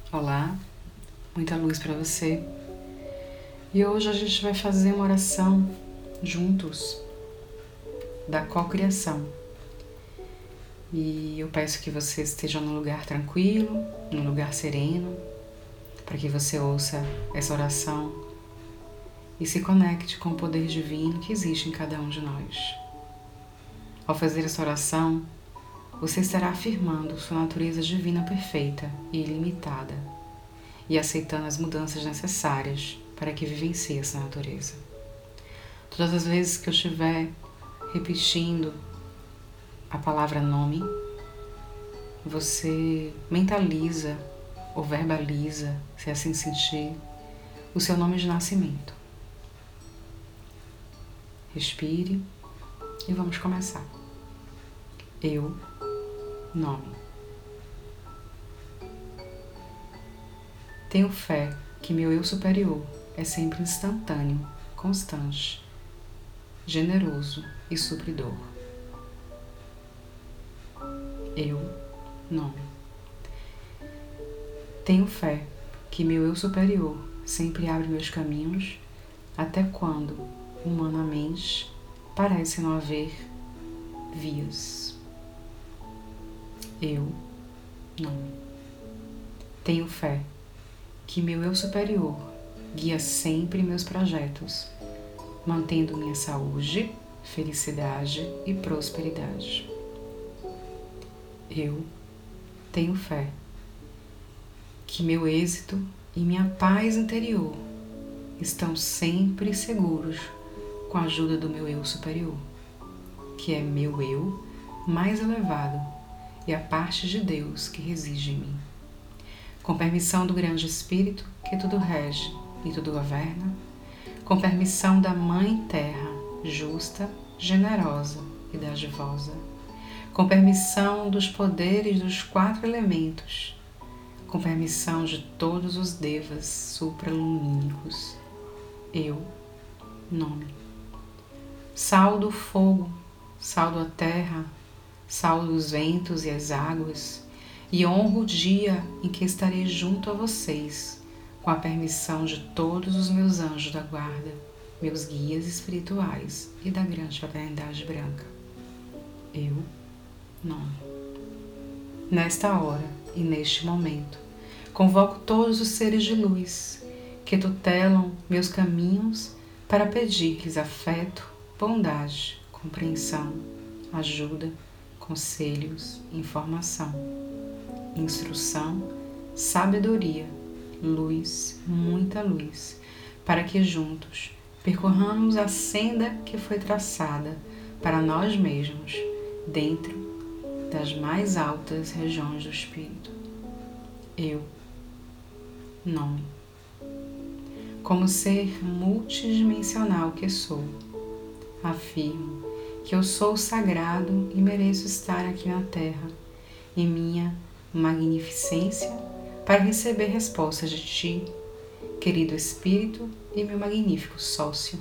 Olá, muita luz para você. E hoje a gente vai fazer uma oração juntos da cocriação. E eu peço que você esteja num lugar tranquilo, num lugar sereno, para que você ouça essa oração e se conecte com o poder divino que existe em cada um de nós. Ao fazer essa oração, você estará afirmando sua natureza divina perfeita e ilimitada e aceitando as mudanças necessárias para que vivencie essa natureza. Todas as vezes que eu estiver repetindo a palavra nome, você mentaliza ou verbaliza, se assim sentir, o seu nome de nascimento. Respire e vamos começar. Eu, nome. Tenho fé que meu eu superior é sempre instantâneo, constante, generoso e supridor. Eu, nome. Tenho fé que meu eu superior sempre abre meus caminhos até quando, humanamente, parece não haver vias. Eu, nome. Tenho fé que meu eu superior guia sempre meus projetos, mantendo minha saúde, felicidade e prosperidade. Eu tenho fé que meu êxito e minha paz interior estão sempre seguros com a ajuda do meu eu superior, que é meu eu mais elevado e a parte de Deus que reside em mim. Com permissão do grande Espírito que tudo rege e tudo governa, com permissão da Mãe Terra, justa, generosa e dadivosa, com permissão dos poderes dos 4 elementos, com permissão de todos os devas supralumínicos, eu, nome. Saldo o fogo, saldo a terra, saldo os ventos e as águas, e honro o dia em que estarei junto a vocês, com a permissão de todos os meus anjos da guarda, meus guias espirituais e da grande fraternidade branca. Eu, nome. Nesta hora e neste momento, convoco todos os seres de luz que tutelam meus caminhos para pedir-lhes afeto, bondade, compreensão, ajuda, conselhos, informação, instrução, sabedoria, luz, muita luz, para que juntos percorramos a senda que foi traçada para nós mesmos, dentro das mais altas regiões do Espírito. Eu, nome. Como ser multidimensional que sou, afirmo que eu sou sagrado e mereço estar aqui na Terra, em minha magnificência, para receber respostas de Ti, querido Espírito e meu magnífico sócio.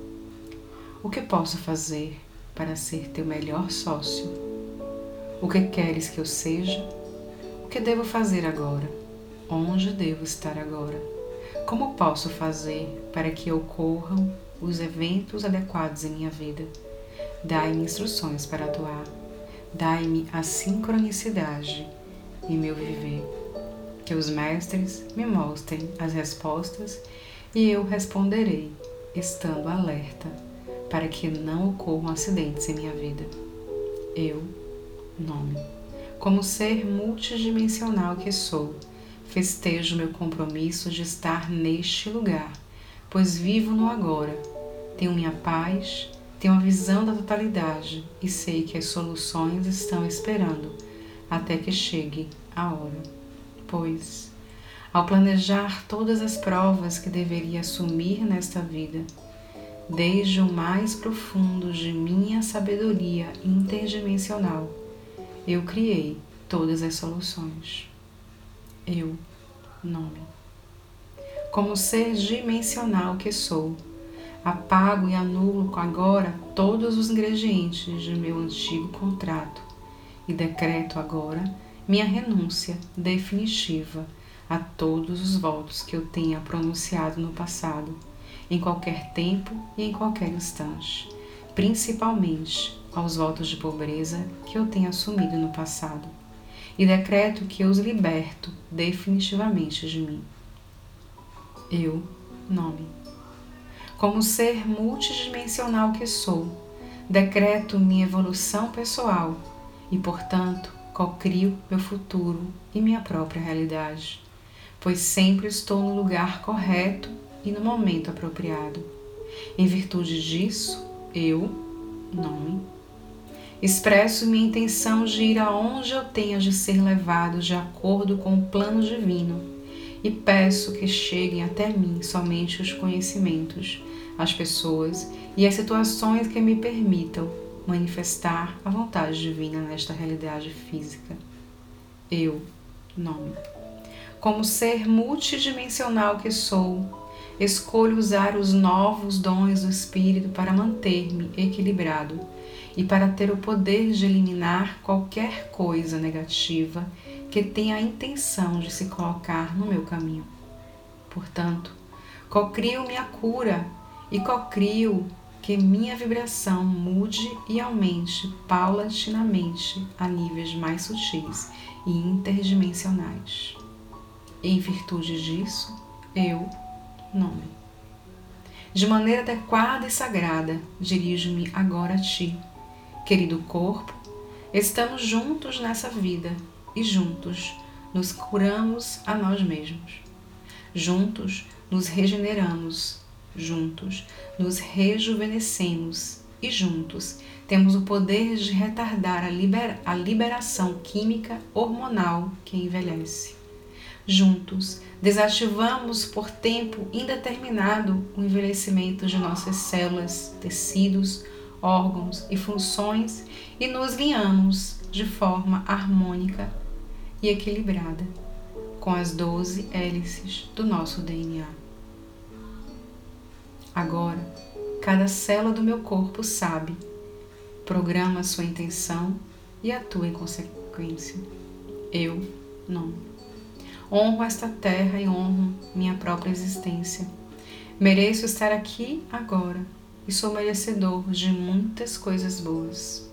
O que posso fazer para ser teu melhor sócio? O que queres que eu seja? O que devo fazer agora? Onde devo estar agora? Como posso fazer para que ocorram os eventos adequados em minha vida? Dai-me instruções para atuar. Dai-me a sincronicidade em meu viver. Que os mestres me mostrem as respostas e eu responderei, estando alerta, para que não ocorram acidentes em minha vida. Eu, nome. Como ser multidimensional que sou, festejo meu compromisso de estar neste lugar, pois vivo no agora, tenho minha paz, tenho a visão da totalidade e sei que as soluções estão esperando até que chegue a hora. Pois, ao planejar todas as provas que deveria assumir nesta vida, desde o mais profundo de minha sabedoria interdimensional, eu criei todas as soluções. Eu, nome. Como ser dimensional que sou, apago e anulo agora todos os ingredientes de meu antigo contrato e decreto agora minha renúncia definitiva a todos os votos que eu tenha pronunciado no passado, em qualquer tempo e em qualquer instante, principalmente aos votos de pobreza que eu tenha assumido no passado, e decreto que eu os liberto definitivamente de mim. Eu, nome. Como ser multidimensional que sou, decreto minha evolução pessoal e, portanto, cocrio meu futuro e minha própria realidade, pois sempre estou no lugar correto e no momento apropriado. Em virtude disso, eu, nome, expresso minha intenção de ir aonde eu tenha de ser levado de acordo com o plano divino e peço que cheguem até mim somente os conhecimentos, as pessoas e as situações que me permitam manifestar a vontade divina nesta realidade física. Eu, nome. Como ser multidimensional que sou, escolho usar os novos dons do Espírito para manter-me equilibrado e para ter o poder de eliminar qualquer coisa negativa que tenha a intenção de se colocar no meu caminho. Portanto, cocrio minha cura e cocrio que minha vibração mude e aumente paulatinamente a níveis mais sutis e interdimensionais. Em virtude disso, eu, nome. De maneira adequada e sagrada, dirijo-me agora a ti, querido corpo. Estamos juntos nessa vida e juntos nos curamos a nós mesmos. Juntos nos regeneramos, juntos nos rejuvenescemos e juntos temos o poder de retardar a liberação química hormonal que envelhece. Juntos desativamos por tempo indeterminado o envelhecimento de nossas células, tecidos, órgãos e funções e nos alinhamos de forma harmônica e equilibrada com as 12 hélices do nosso DNA. Agora, cada célula do meu corpo sabe, programa sua intenção e atua em consequência. Eu, nome. Honro esta terra e honro minha própria existência. Mereço estar aqui agora e sou merecedor de muitas coisas boas.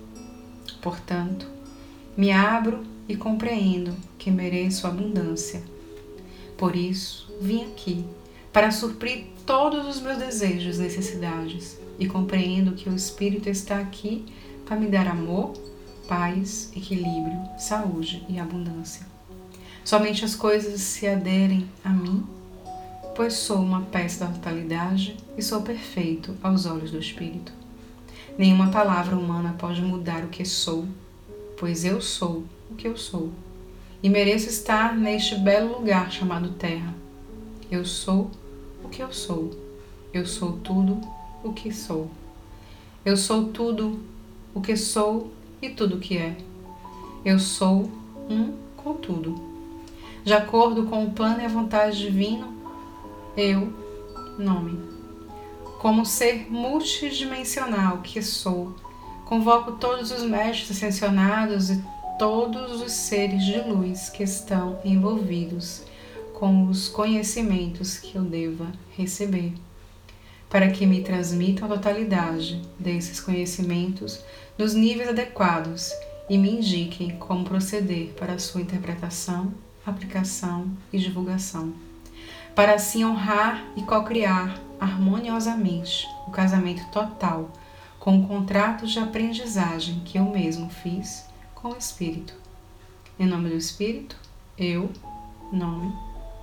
Portanto, me abro e compreendo que mereço abundância. Por isso, vim aqui para suprir todos os meus desejos e necessidades e compreendo que o Espírito está aqui para me dar amor, paz, equilíbrio, saúde e abundância. Somente as coisas se aderem a mim, pois sou uma peça da totalidade e sou perfeito aos olhos do Espírito. Nenhuma palavra humana pode mudar o que sou, pois eu sou o que eu sou e mereço estar neste belo lugar chamado Terra. Eu sou o que eu sou. Eu sou tudo o que sou. Eu sou tudo o que sou e tudo o que é. Eu sou um com tudo. De acordo com o plano e a vontade divino, eu, nome. Como ser multidimensional que sou, convoco todos os mestres ascensionados e todos os seres de luz que estão envolvidos com os conhecimentos que eu deva receber, para que me transmitam a totalidade desses conhecimentos nos níveis adequados e me indiquem como proceder para a sua interpretação, aplicação e divulgação, para assim honrar e co-criar harmoniosamente o casamento total com o contrato de aprendizagem que eu mesmo fiz com o Espírito. Em nome do Espírito, eu, nome,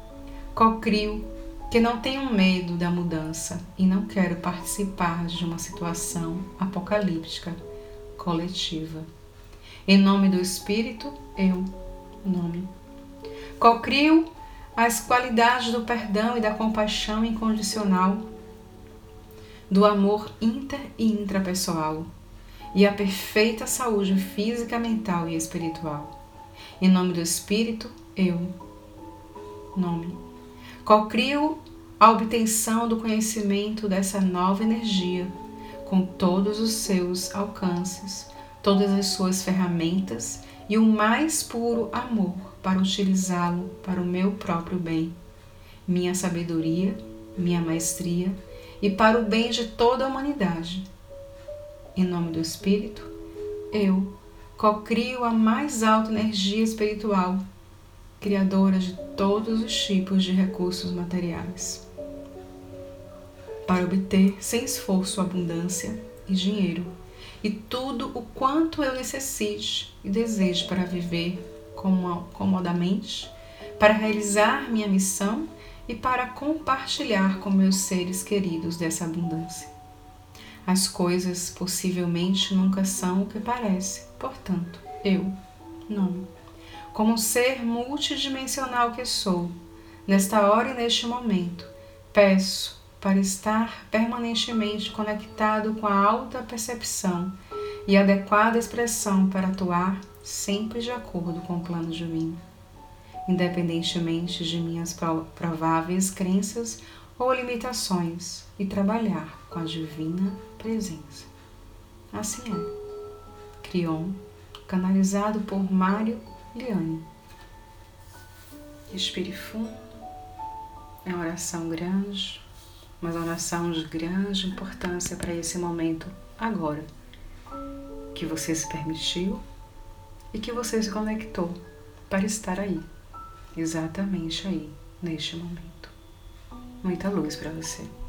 co-crio que não tenho medo da mudança e não quero participar de uma situação apocalíptica coletiva. Em nome do Espírito, eu, nome, co-crio as qualidades do perdão e da compaixão incondicional, do amor inter e intrapessoal e a perfeita saúde física, mental e espiritual. Em nome do Espírito, eu, nome, co-crio a obtenção do conhecimento dessa nova energia com todos os seus alcances, todas as suas ferramentas e o mais puro amor para utilizá-lo para o meu próprio bem, minha sabedoria, minha maestria e para o bem de toda a humanidade. Em nome do Espírito, eu cocrio a mais alta energia espiritual, criadora de todos os tipos de recursos materiais, para obter sem esforço abundância e dinheiro e tudo o quanto eu necessite e deseje para viver comodamente, para realizar minha missão e para compartilhar com meus seres queridos dessa abundância. As coisas possivelmente nunca são o que parece, portanto, eu, não. Como ser multidimensional que sou, nesta hora e neste momento, peço para estar permanentemente conectado com a alta percepção e adequada expressão para atuar sempre de acordo com o plano divino, independentemente de minhas prováveis crenças ou limitações, e trabalhar com a divina presença. Assim é. Crion, canalizado por Mário Liane. Respire fundo. É uma oração grande, mas uma oração de grande importância para esse momento agora, que você se permitiu e que você se conectou para estar aí, exatamente aí, neste momento. Muita luz para você.